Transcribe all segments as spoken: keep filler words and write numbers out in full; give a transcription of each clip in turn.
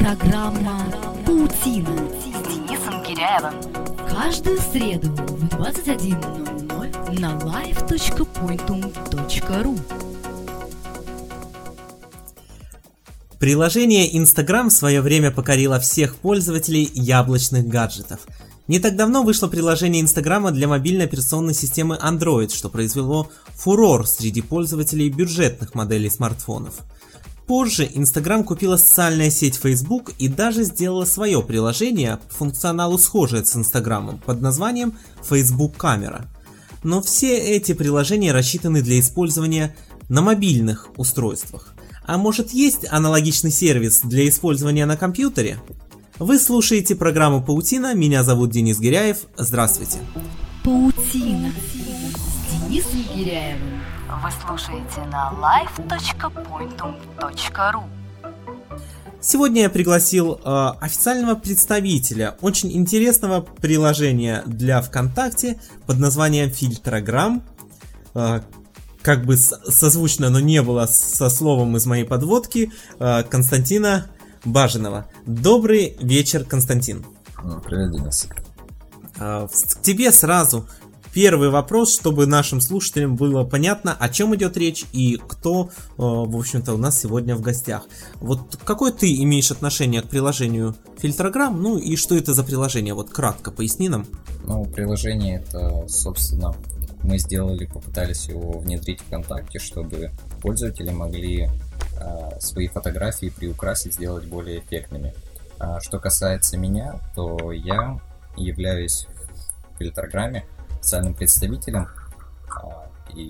Программа «Паутина» с Денисом Гиряевым. Каждую среду в двадцать один ноль ноль на лайв точка поинтум точка ру. Приложение Instagram в свое время покорило всех пользователей яблочных гаджетов. Не так давно вышло приложение Инстаграма для мобильной операционной системы Android, что произвело фурор среди пользователей бюджетных моделей смартфонов. Позже Instagram купила социальная сеть Facebook и даже сделала свое приложение по функционалу схожее с Инстаграмом под названием Facebook Camera. Но все эти приложения рассчитаны для использования на мобильных устройствах. А может, есть аналогичный сервис для использования на компьютере? Вы слушаете программу «Паутина», меня зовут Денис Гиряев, здравствуйте. «Паутина» с Денисом Гиряевым. Вы слушаете на лайв точка поинтум точка ру. Сегодня я пригласил э, официального представителя очень интересного приложения для ВКонтакте под названием Фильтрограмм. Э, как бы созвучно, но не было со словом из моей подводки, э, Константина Баженова. Добрый вечер, Константин. Привет, Денис. Э, к тебе сразу первый вопрос, чтобы нашим слушателям было понятно, о чем идет речь и кто, в общем-то, у нас сегодня в гостях. Вот какое ты имеешь отношение к приложению Фильтрограмм, ну и что это за приложение? Вот кратко поясни нам. Ну, приложение это, собственно, мы сделали, попытались его внедрить в ВКонтакте, чтобы пользователи могли э, свои фотографии приукрасить, сделать более эффектными. А что касается меня, то я являюсь в Фильтрограмме официальным представителем, и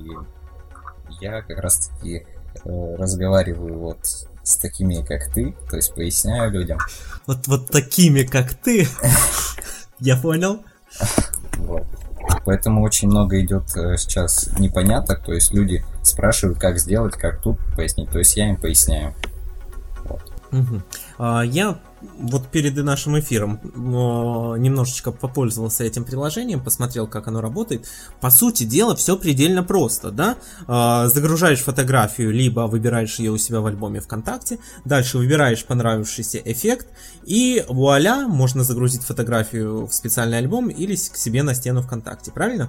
я как раз таки разговариваю вот с такими, как ты, то есть поясняю людям. Вот, вот такими, как ты? Я понял. Вот. Поэтому очень много идет сейчас непоняток, то есть люди спрашивают, как сделать, как тут пояснить, то есть я им поясняю. Вот. Угу. А, я вот перед нашим эфиром немножечко попользовался этим приложением, посмотрел, как оно работает. По сути дела, все предельно просто, да? А, загружаешь фотографию, либо выбираешь ее у себя в альбоме ВКонтакте, дальше выбираешь понравившийся эффект, и вуаля, можно загрузить фотографию в специальный альбом или к себе на стену ВКонтакте, правильно?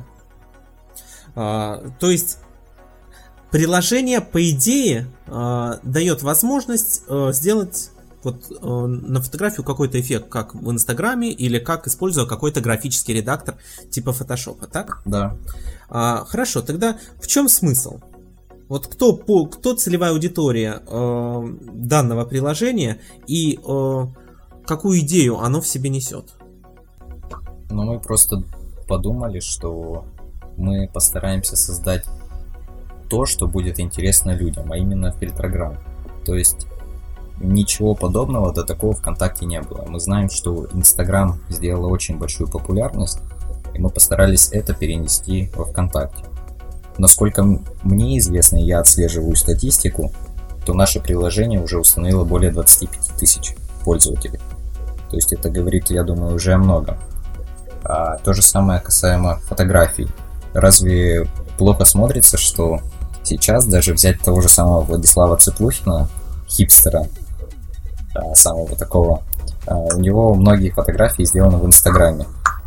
А, то есть приложение, по идее, э, дает возможность э, сделать вот, э, на фотографию какой-то эффект, как в Инстаграме, или как используя какой-то графический редактор типа фотошопа, так? Да. А, хорошо, тогда в чем смысл? Вот кто, по, кто целевая аудитория э, данного приложения и э, какую идею оно в себе несет? Ну, мы просто подумали, что мы постараемся создать то, что будет интересно людям, а именно Фильтрограмм. То есть ничего подобного до такого ВКонтакте не было. Мы знаем, что Инстаграм сделала очень большую популярность, и мы постарались это перенести во ВКонтакте. Насколько мне известно, я отслеживаю статистику, то наше приложение уже установило более двадцать пять тысяч пользователей. То есть это говорит, я думаю, уже о многом. А то же самое касаемо фотографий. Разве плохо смотрится, что сейчас даже взять того же самого Владислава Цыплухина, хипстера, самого такого, у него многие фотографии сделаны в Инстаграме.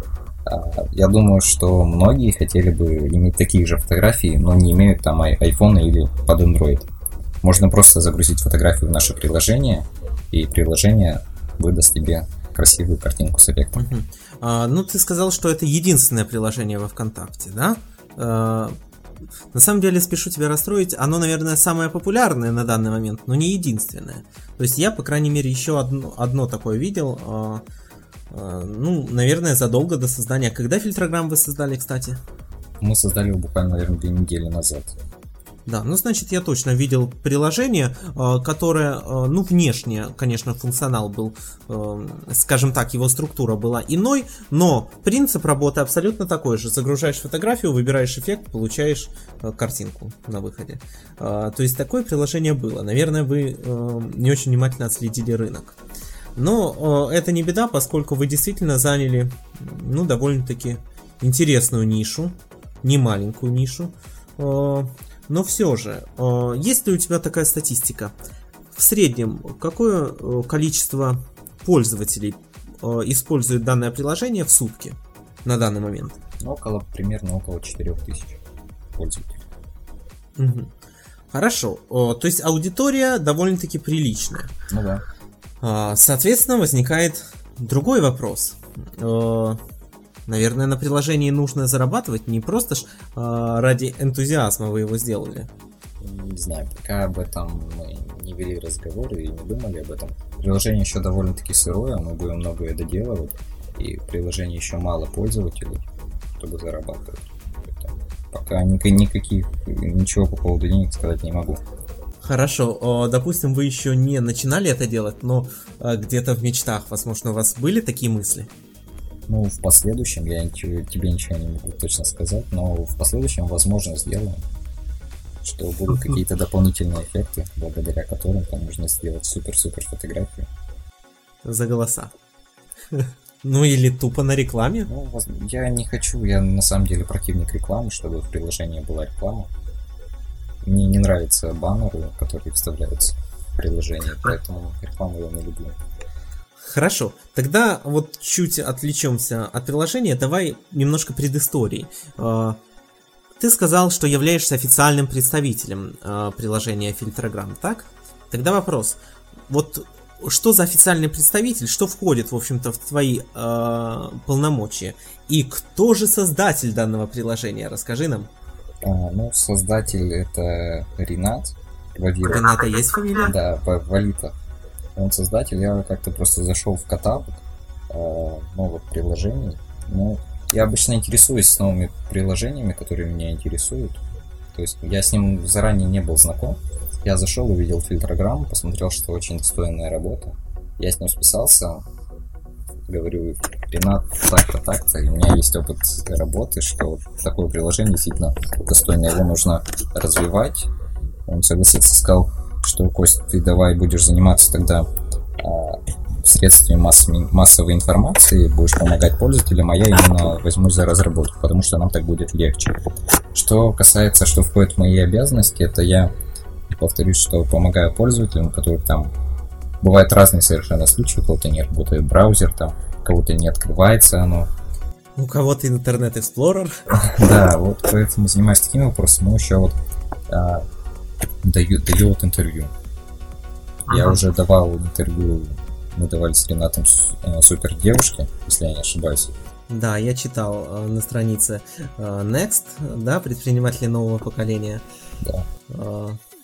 Я думаю, что многие хотели бы иметь такие же фотографии, но не имеют там айфона или под Android. Можно просто загрузить фотографию в наше приложение, и приложение выдаст тебе красивую картинку с эффектом. Uh-huh. А, ну, ты сказал, что это единственное приложение во ВКонтакте, да? А, на самом деле, спешу тебя расстроить, оно, наверное, самое популярное на данный момент, но не единственное. То есть я, по крайней мере, еще одно, одно такое видел, а, а, ну, наверное, задолго до создания. Когда Фильтрограмм вы создали, кстати? Мы создали его буквально, наверное, две недели назад. Да, ну значит я точно видел приложение, которое, ну внешне, конечно, функционал был, скажем так, его структура была иной, но принцип работы абсолютно такой же. Загружаешь фотографию, выбираешь эффект, получаешь картинку на выходе. То есть такое приложение было. Наверное, вы не очень внимательно отследили рынок. Но это не беда, поскольку вы действительно заняли, ну, довольно-таки интересную нишу, не маленькую нишу. Но все же, есть ли у тебя такая статистика? В среднем, какое количество пользователей э, использует данное приложение в сутки на данный момент? Около, примерно около четыре тысячи пользователей. Угу. Хорошо. О, то есть аудитория довольно-таки приличная. Ну да. А, соответственно, возникает другой вопрос. Э, наверное, на приложении нужно зарабатывать, не просто ж а, ради энтузиазма вы его сделали. Не знаю, пока об этом мы не вели разговоры и не думали об этом. Приложение еще довольно-таки сырое, мы будем многое доделывать, и приложение еще мало пользователей, чтобы зарабатывать. Поэтому пока никаких, ничего по поводу денег сказать не могу. Хорошо, допустим, вы еще не начинали это делать, но где-то в мечтах, возможно, у вас были такие мысли? Ну, в последующем, я ничего, тебе ничего не могу точно сказать, но в последующем, возможно, сделаем. Что будут какие-то дополнительные эффекты, благодаря которым там можно сделать супер-супер фотографию. За голоса. Ну или тупо на рекламе. Ну, я не хочу, я на самом деле противник рекламы, чтобы в приложении была реклама. Мне не нравятся баннеры, которые вставляются в приложение, поэтому рекламу я не люблю. Хорошо, тогда вот чуть отвлечемся от приложения, давай немножко предыстории. Ты сказал, что являешься официальным представителем э, приложения Фильтрограмм, так? Тогда вопрос. Вот что за официальный представитель, что входит, в общем-то, в твои э, полномочия? И кто же создатель данного приложения? Расскажи нам. А, ну, создатель это Ренат Вавилов. Рената есть фамилия? Да, Валитов. Он создатель, я как-то просто зашел в каталог э, новых приложений. Ну, я обычно интересуюсь новыми приложениями, которые меня интересуют. То есть я с ним заранее не был знаком. Я зашел, увидел Фильтрограмм, посмотрел, что очень достойная работа. Я с ним списался, говорю: Ренат, так-то, так-то, и у меня есть опыт работы, что такое приложение действительно достойно, его нужно развивать. Он согласился, сказал, что: Кость, ты давай будешь заниматься тогда а, средствами массовой, массовой информации, будешь помогать пользователям, а я именно возьмусь за разработку, потому что нам так будет легче. Что касается, что входит в мои обязанности, это я повторюсь, что помогаю пользователям, у которых там бывают разные совершенно случаи, у кого-то не работает браузер, там, у кого-то не открывается оно. У кого-то Internet Explorer. Да, вот поэтому занимаюсь такими вопросами, но еще вот а, даю, даю вот интервью. Я уже давал интервью, мы давали с Ренатом супер девушке, если я не ошибаюсь. Да, я читал э, на странице э, Next, да, предприниматели нового поколения. Да. Э,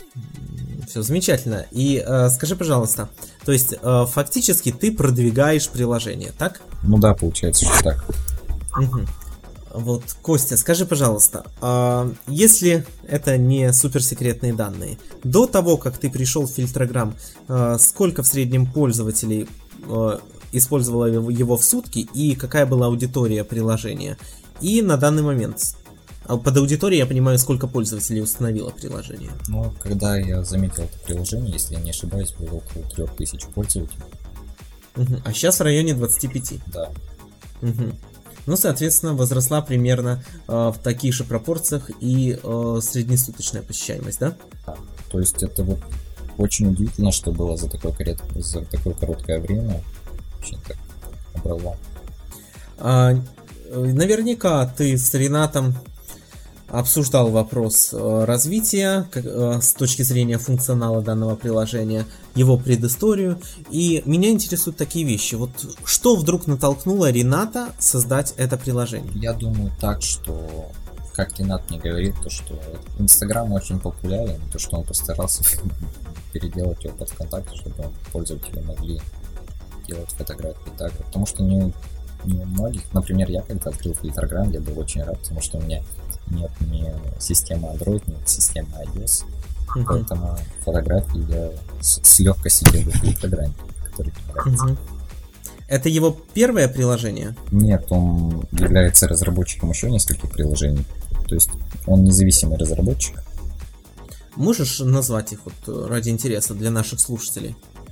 все замечательно. И э, скажи, пожалуйста, то есть э, фактически ты продвигаешь приложение, так? Ну да, получается, что так. Угу. Вот, Костя, скажи, пожалуйста, э, если это не суперсекретные данные, до того, как ты пришел в Фильтрограмм, э, сколько в среднем пользователей э, использовала его в сутки и какая была аудитория приложения? И на данный момент, под аудиторией я понимаю, сколько пользователей установило приложение. Ну, когда я заметил это приложение, если я не ошибаюсь, было около трех тысяч пользователей. Угу. А сейчас в районе двадцати пяти. Да. Угу. Ну, соответственно, возросла примерно э, в таких же пропорциях и э, среднесуточная посещаемость, да? Да. То есть это вот очень удивительно, что было за такое, за такое короткое время. Очень так обрало. А, наверняка ты с Ренатом обсуждал вопрос развития как, с точки зрения функционала данного приложения, его предысторию. И меня интересуют такие вещи. Вот что вдруг натолкнуло Рената создать это приложение? Я думаю так, что, как Ренат мне говорит, то, что Инстаграм очень популярен, то, что он постарался переделать его под ВКонтакте, чтобы пользователи могли делать фотографии так, потому что не, не у многих, например, я когда открыл Фильтрограмм, я был очень рад, потому что у меня нет ни системы Android, нет системы iOS, uh-huh. Поэтому фотографии я с, с легкостью делаю в Фильтрограмме, который мне нравится. Uh-huh. Это его первое приложение? Нет, он является разработчиком еще нескольких приложений, то есть он независимый разработчик. Можешь назвать их вот ради интереса для наших слушателей?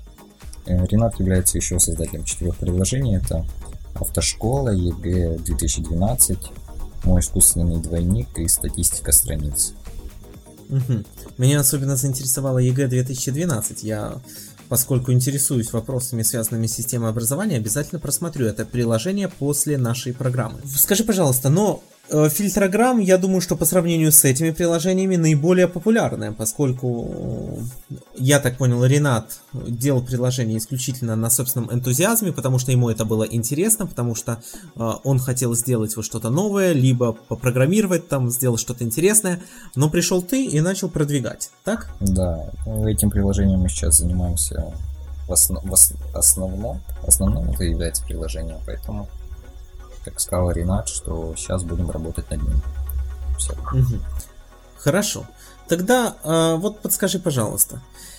Ренат является еще создателем четырех приложений. Это автошкола, ЕГЭ две тысячи двенадцать, мой искусственный двойник и статистика страниц. Угу. Меня особенно заинтересовало ЕГЭ две тысячи двенадцать. Я поскольку интересуюсь вопросами, связанными с системой образования, обязательно просмотрю это приложение после нашей программы. Скажи, пожалуйста, но э, Фильтрограмм, я думаю, что по сравнению с этими приложениями наиболее популярное, поскольку, э, я так понял, Ренат делал приложение исключительно на собственном энтузиазме, потому что ему это было интересно, потому что э, он хотел сделать вот что-то новое, либо попрограммировать там, сделать что-то интересное, но пришел ты и начал продвигать, так? Да, этим приложением мы сейчас занимаемся в, основ... в основном, основном это является приложением, поэтому, как сказал Ренат, что сейчас будем работать над ним. Все. Угу. Хорошо. Тогда э, вот подскажи, пожалуйста.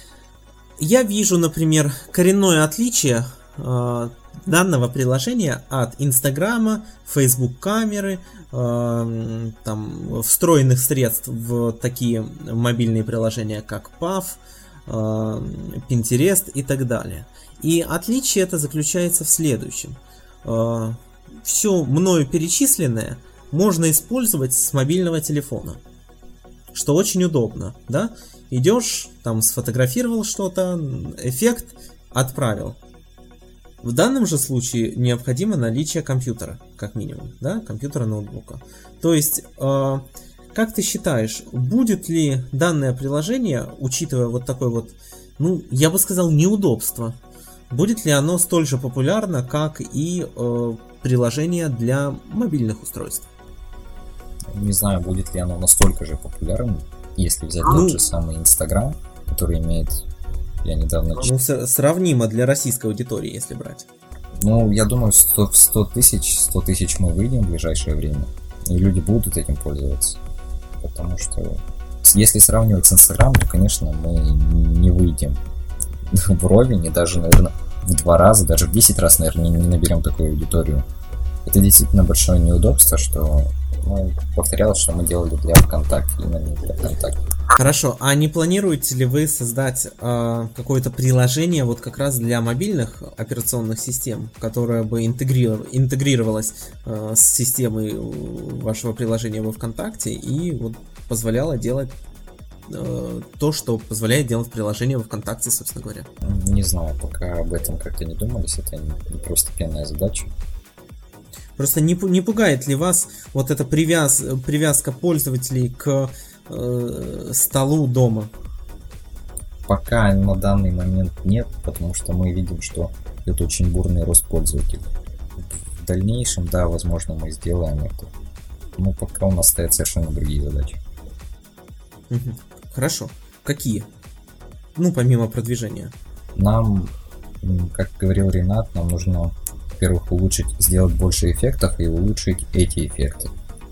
Я вижу, например, коренное отличие э, данного приложения от Инстаграма, Facebook камеры, э, там, встроенных средств в такие мобильные приложения, как паф, э, Pinterest и так далее. И отличие это заключается в следующем. Э, все мною перечисленное можно использовать с мобильного телефона, что очень удобно, да? Идешь, там сфотографировал что-то, эффект, отправил. В данном же случае необходимо наличие компьютера, как минимум, да, компьютера, ноутбука. То есть, э, как ты считаешь, будет ли данное приложение, учитывая вот такое вот, ну, я бы сказал, неудобство, будет ли оно столь же популярно, как и э, приложение для мобильных устройств? Не знаю, будет ли оно настолько же популярным, если взять ну, тот же самый Инстаграм, который имеет... Я недавно... Ну, с- сравнимо для российской аудитории, если брать. Ну, я думаю, сто, сто тысяч, сто тысяч мы выйдем в ближайшее время, и люди будут этим пользоваться. Потому что, если сравнивать с Инстаграм, то, конечно, мы не выйдем вровень, и даже, наверное, в два раза, даже в десять раз, наверное, не наберем такую аудиторию. Это действительно большое неудобство, что... Ну, повторялось, что мы делали для ВКонтакте, именно для ВКонтакте. Хорошо, а не планируете ли вы создать э, какое-то приложение вот как раз для мобильных операционных систем, которое бы интегриров... интегрировалось э, с системой вашего приложения во ВКонтакте и вот позволяло делать э, то, что позволяет делать приложение во ВКонтакте, собственно говоря? Не знаю, пока об этом как-то не думались, это не первостепенная задача. Просто не, не пугает ли вас вот эта привяз, привязка пользователей к э, столу дома? Пока на данный момент нет, потому что мы видим, что это очень бурный рост пользователей. В дальнейшем, да, возможно, мы сделаем это. Но пока у нас стоят совершенно другие задачи. Угу. Хорошо. Какие? Ну, помимо продвижения. Нам, как говорил Ренат, нам нужно... Во-первых, улучшить, сделать больше эффектов и улучшить эти эффекты.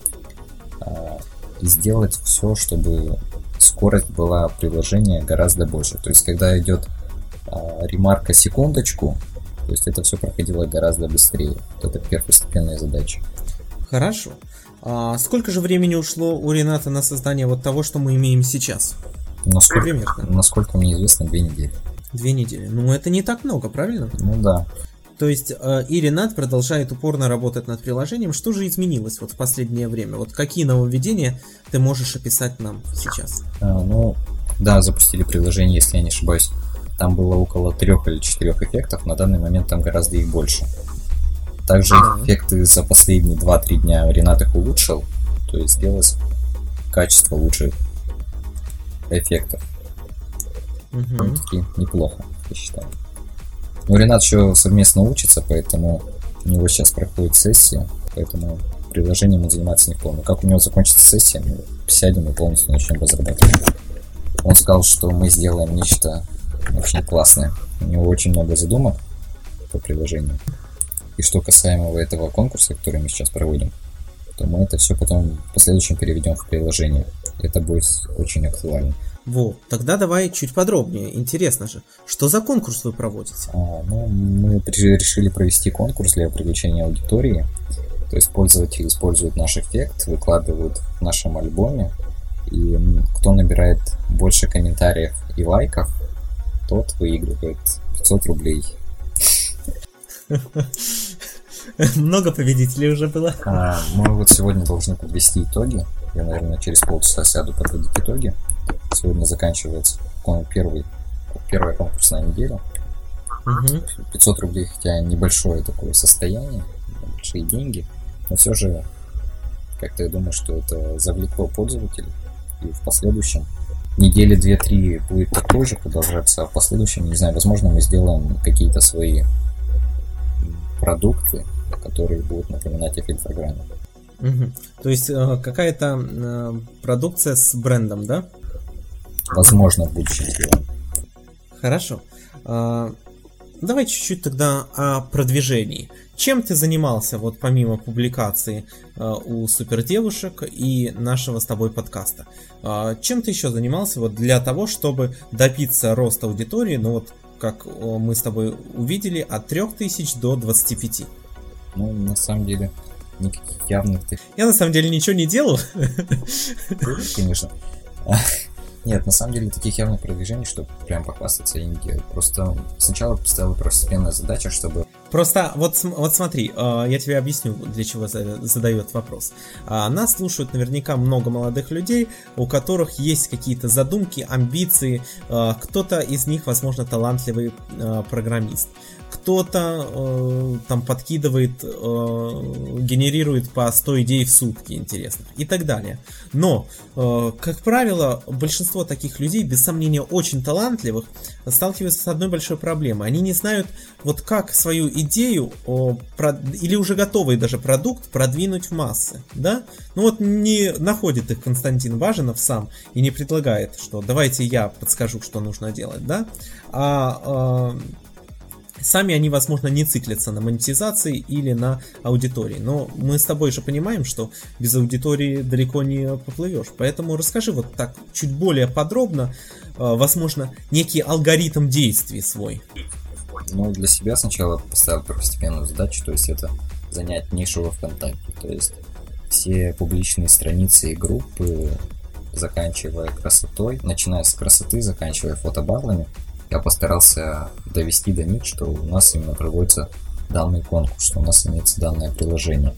И сделать все, чтобы скорость была приложения гораздо больше. То есть, когда идет ремарка секундочку, то есть это все проходило гораздо быстрее. Вот это первостепенная задача. Хорошо. А сколько же времени ушло у Рената на создание вот того, что мы имеем сейчас? Насколько, Примерно. Насколько мне известно, две недели. Две недели. Ну, это не так много, правильно? Ну да. То есть э, и Ренат продолжает упорно работать над приложением. Что же изменилось вот в последнее время? Вот какие нововведения ты можешь описать нам сейчас? А, ну, да, запустили приложение, если я не ошибаюсь. Там было около трех или четырех эффектов. На данный момент там гораздо их больше. Также да. Эффекты за последние два-три дня Ренат их улучшил. То есть сделалось качество лучше эффектов. Угу. Таки неплохо, я считаю. Но Ренат еще совместно учится, поэтому у него сейчас проходит сессия, поэтому приложением он занимается не в полном. Как у него закончится сессия, мы сядем и полностью начнем разрабатывать. Он сказал, что мы сделаем нечто очень классное. У него очень много задумок по приложению. И что касаемо этого конкурса, который мы сейчас проводим, то мы это все потом в последующем переведем в приложение. Это будет очень актуально. Вот, тогда давай чуть подробнее. Интересно же, что за конкурс вы проводите? А, ну, мы решили провести конкурс для привлечения аудитории. То есть пользователи используют наш эффект, выкладывают в нашем альбоме. И кто набирает больше комментариев и лайков, тот выигрывает пятьсот рублей. Много победителей уже было. А, мы вот сегодня должны подвести итоги. Я, наверное, через полчаса сяду подводить итоги. Сегодня заканчивается первый первая конкурсная неделя. Угу. пятьсот рублей, хотя небольшое такое состояние, небольшие деньги, но все же как-то я думаю, что это завлекло пользователей, и в последующем недели две-три будет такой же продолжаться, а в последующем, не знаю, возможно, мы сделаем какие-то свои продукты, которые будут напоминать о фильтрограмме. Угу. То есть какая-то продукция с брендом, да? Возможно, в будущем сделаем. Хорошо. Давай чуть-чуть тогда о продвижении. Чем ты занимался, вот помимо публикации э, у супердевушек и нашего с тобой подкаста? Э, чем ты еще занимался вот для того, чтобы добиться роста аудитории, ну вот как мы с тобой увидели, от трёх тысяч до двадцати пяти? Ну, на самом деле, никаких явных... Я на самом деле ничего не делал. Конечно. Нет, на самом деле таких явных продвижений, чтобы прям похвастаться, я не делаю. Просто сначала поставила первостепенная задача, чтобы... Просто вот, вот смотри, я тебе объясню, для чего задает вопрос. Нас слушают наверняка много молодых людей, у которых есть какие-то задумки, амбиции. Кто-то из них, возможно, талантливый программист. Кто-то э, там подкидывает, э, генерирует по сто идей в сутки интересных и так далее. Но, э, как правило, большинство таких людей, без сомнения, очень талантливых, сталкиваются с одной большой проблемой. Они не знают, вот как свою идею о, про, или уже готовый даже продукт продвинуть в массы. Да? Ну вот не находит их Константин Важенов сам и не предлагает, что давайте я подскажу, что нужно делать. Да? А... Э, Сами они, возможно, не циклятся на монетизации или на аудитории. Но мы с тобой же понимаем, что без аудитории далеко не поплывешь. Поэтому расскажи вот так чуть более подробно, возможно, некий алгоритм действий свой. Ну, для себя сначала поставил первостепенную задачу, то есть это занять нишу во ВКонтакте. То есть все публичные страницы и группы, заканчивая красотой, начиная с красоты, заканчивая фотобарлами, я постарался довести до них, что у нас именно проводится данный конкурс, что у нас имеется данное приложение.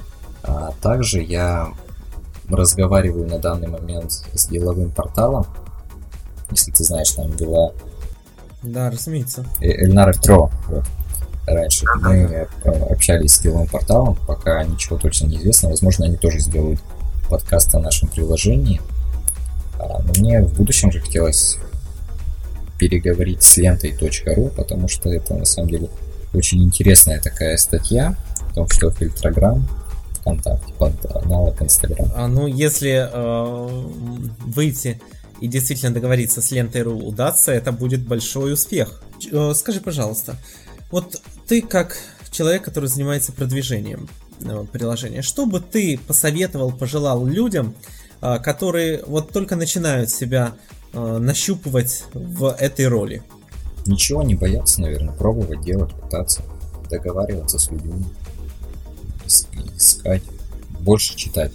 А также я разговариваю на данный момент с деловым порталом, если ты знаешь, там дела... Да, разумеется. Эльнара Тро. Вот. Раньше мы общались с деловым порталом, пока ничего точно не известно. Возможно, они тоже сделают подкаст о нашем приложении. А мне в будущем же хотелось переговорить с лентой точка ру, потому что это на самом деле очень интересная такая статья о том, что фильтрограмм ВКонтакте под аналог Инстаграм. А ну если э, выйти и действительно договориться с лентой точка ру удастся, это будет большой успех. Э, скажи, пожалуйста, вот ты как человек, который занимается продвижением э, приложения, что бы ты посоветовал, пожелал людям, э, которые вот только начинают себя нащупывать в этой роли? Ничего, не бояться, наверное, пробовать, делать, пытаться, договариваться с людьми, искать, больше читать.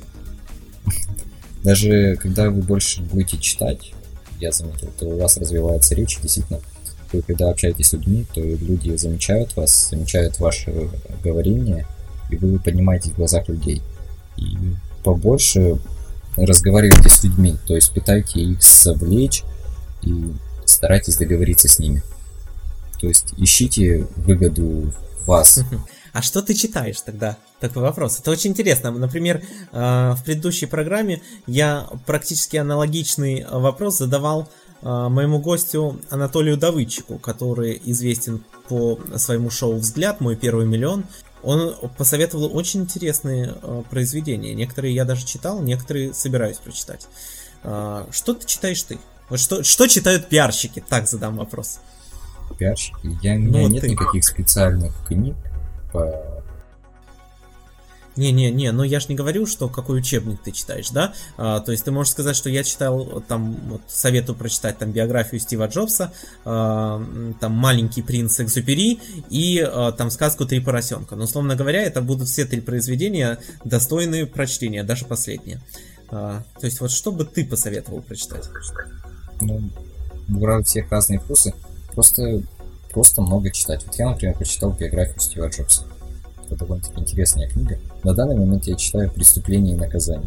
Даже когда вы больше будете читать, я заметил, то у вас развивается речь, действительно, вы когда общаетесь с людьми, то люди замечают вас, замечают ваше говорение, и вы поднимаетесь в глазах людей. И побольше разговаривайте с людьми, то есть пытайте их совлечь и старайтесь договориться с ними. То есть ищите выгоду в вас. А что ты читаешь тогда? Такой вопрос. Это очень интересно. Например, в предыдущей программе я практически аналогичный вопрос задавал моему гостю Анатолию Давыдчику, который известен по своему шоу «Взгляд», «Мой первый миллион». Он посоветовал очень интересные э, произведения. Некоторые я даже читал, некоторые собираюсь прочитать. Э, что ты читаешь ты? Вот что, что читают пиарщики? Так задам вопрос. Пиарщики? Я, у меня ну, нет ты. никаких специальных книг по... Не-не-не, но я ж не говорю, что какой учебник ты читаешь, да? А, то есть ты можешь сказать, что я читал, там, вот, советую прочитать там биографию Стива Джобса, а, там «Маленький принц Экзюпери» и а, там сказку «Три поросенка». Но, условно говоря, это будут все три произведения достойные прочтения, даже последние. А, то есть вот что бы ты посоветовал прочитать? Ну, у всех разные вкусы, просто, просто много читать. Вот я, например, прочитал биографию Стива Джобса. Это довольно-таки интересная книга. На данный момент я читаю «Преступление и наказание».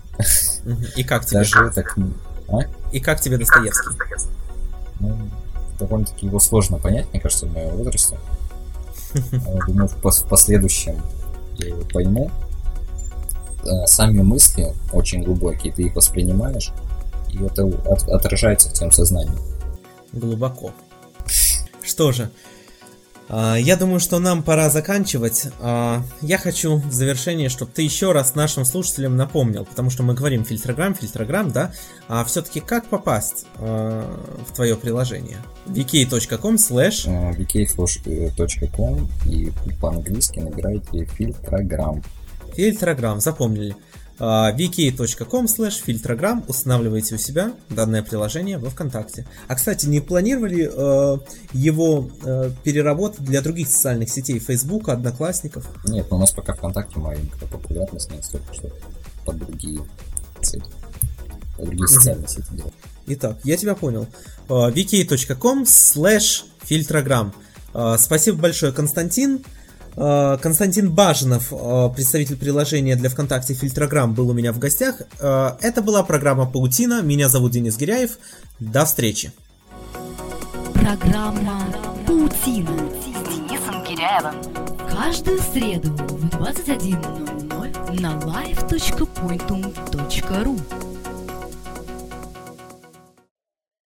И как тебе? Даже это книга... А? И как тебе Достоевский? Ну, довольно-таки его сложно понять, мне кажется, в моем возрасте. Думаю, в последующем я его пойму. Сами мысли очень глубокие, ты их воспринимаешь, и это отражается в твоем сознании. Глубоко. Что же, я думаю, что нам пора заканчивать. Я хочу в завершение, чтобы ты еще раз нашим слушателям напомнил, потому что мы говорим фильтрограмм, фильтрограмм, да, а все-таки как попасть в твое приложение? ви кей точка ком слэш ви кей точка ком и по-английски набирайте фильтрограмм. Фильтрограмм, запомнили. ви кей точка ком слэш фильтрограмм, устанавливаете у себя данное приложение во ВКонтакте. А, кстати, не планировали э, его э, переработать для других социальных сетей, Фейсбука, Одноклассников? Нет, у нас пока ВКонтакте маленькая популярность, не столько, что под другие цели, под другие социальные сети делать. Итак, я тебя понял. ви кей точка ком слэш фильтрограмм. Спасибо большое, Константин. Константин Баженов, представитель приложения для ВКонтакте Фильтрограмм, был у меня в гостях. Это была программа «Паутина». Меня зовут Денис Гиряев. До встречи. Программа «Паутина» с Денисом Гиряевым. Каждую среду в двадцать один ноль ноль на лайв точка поинтум точка ру.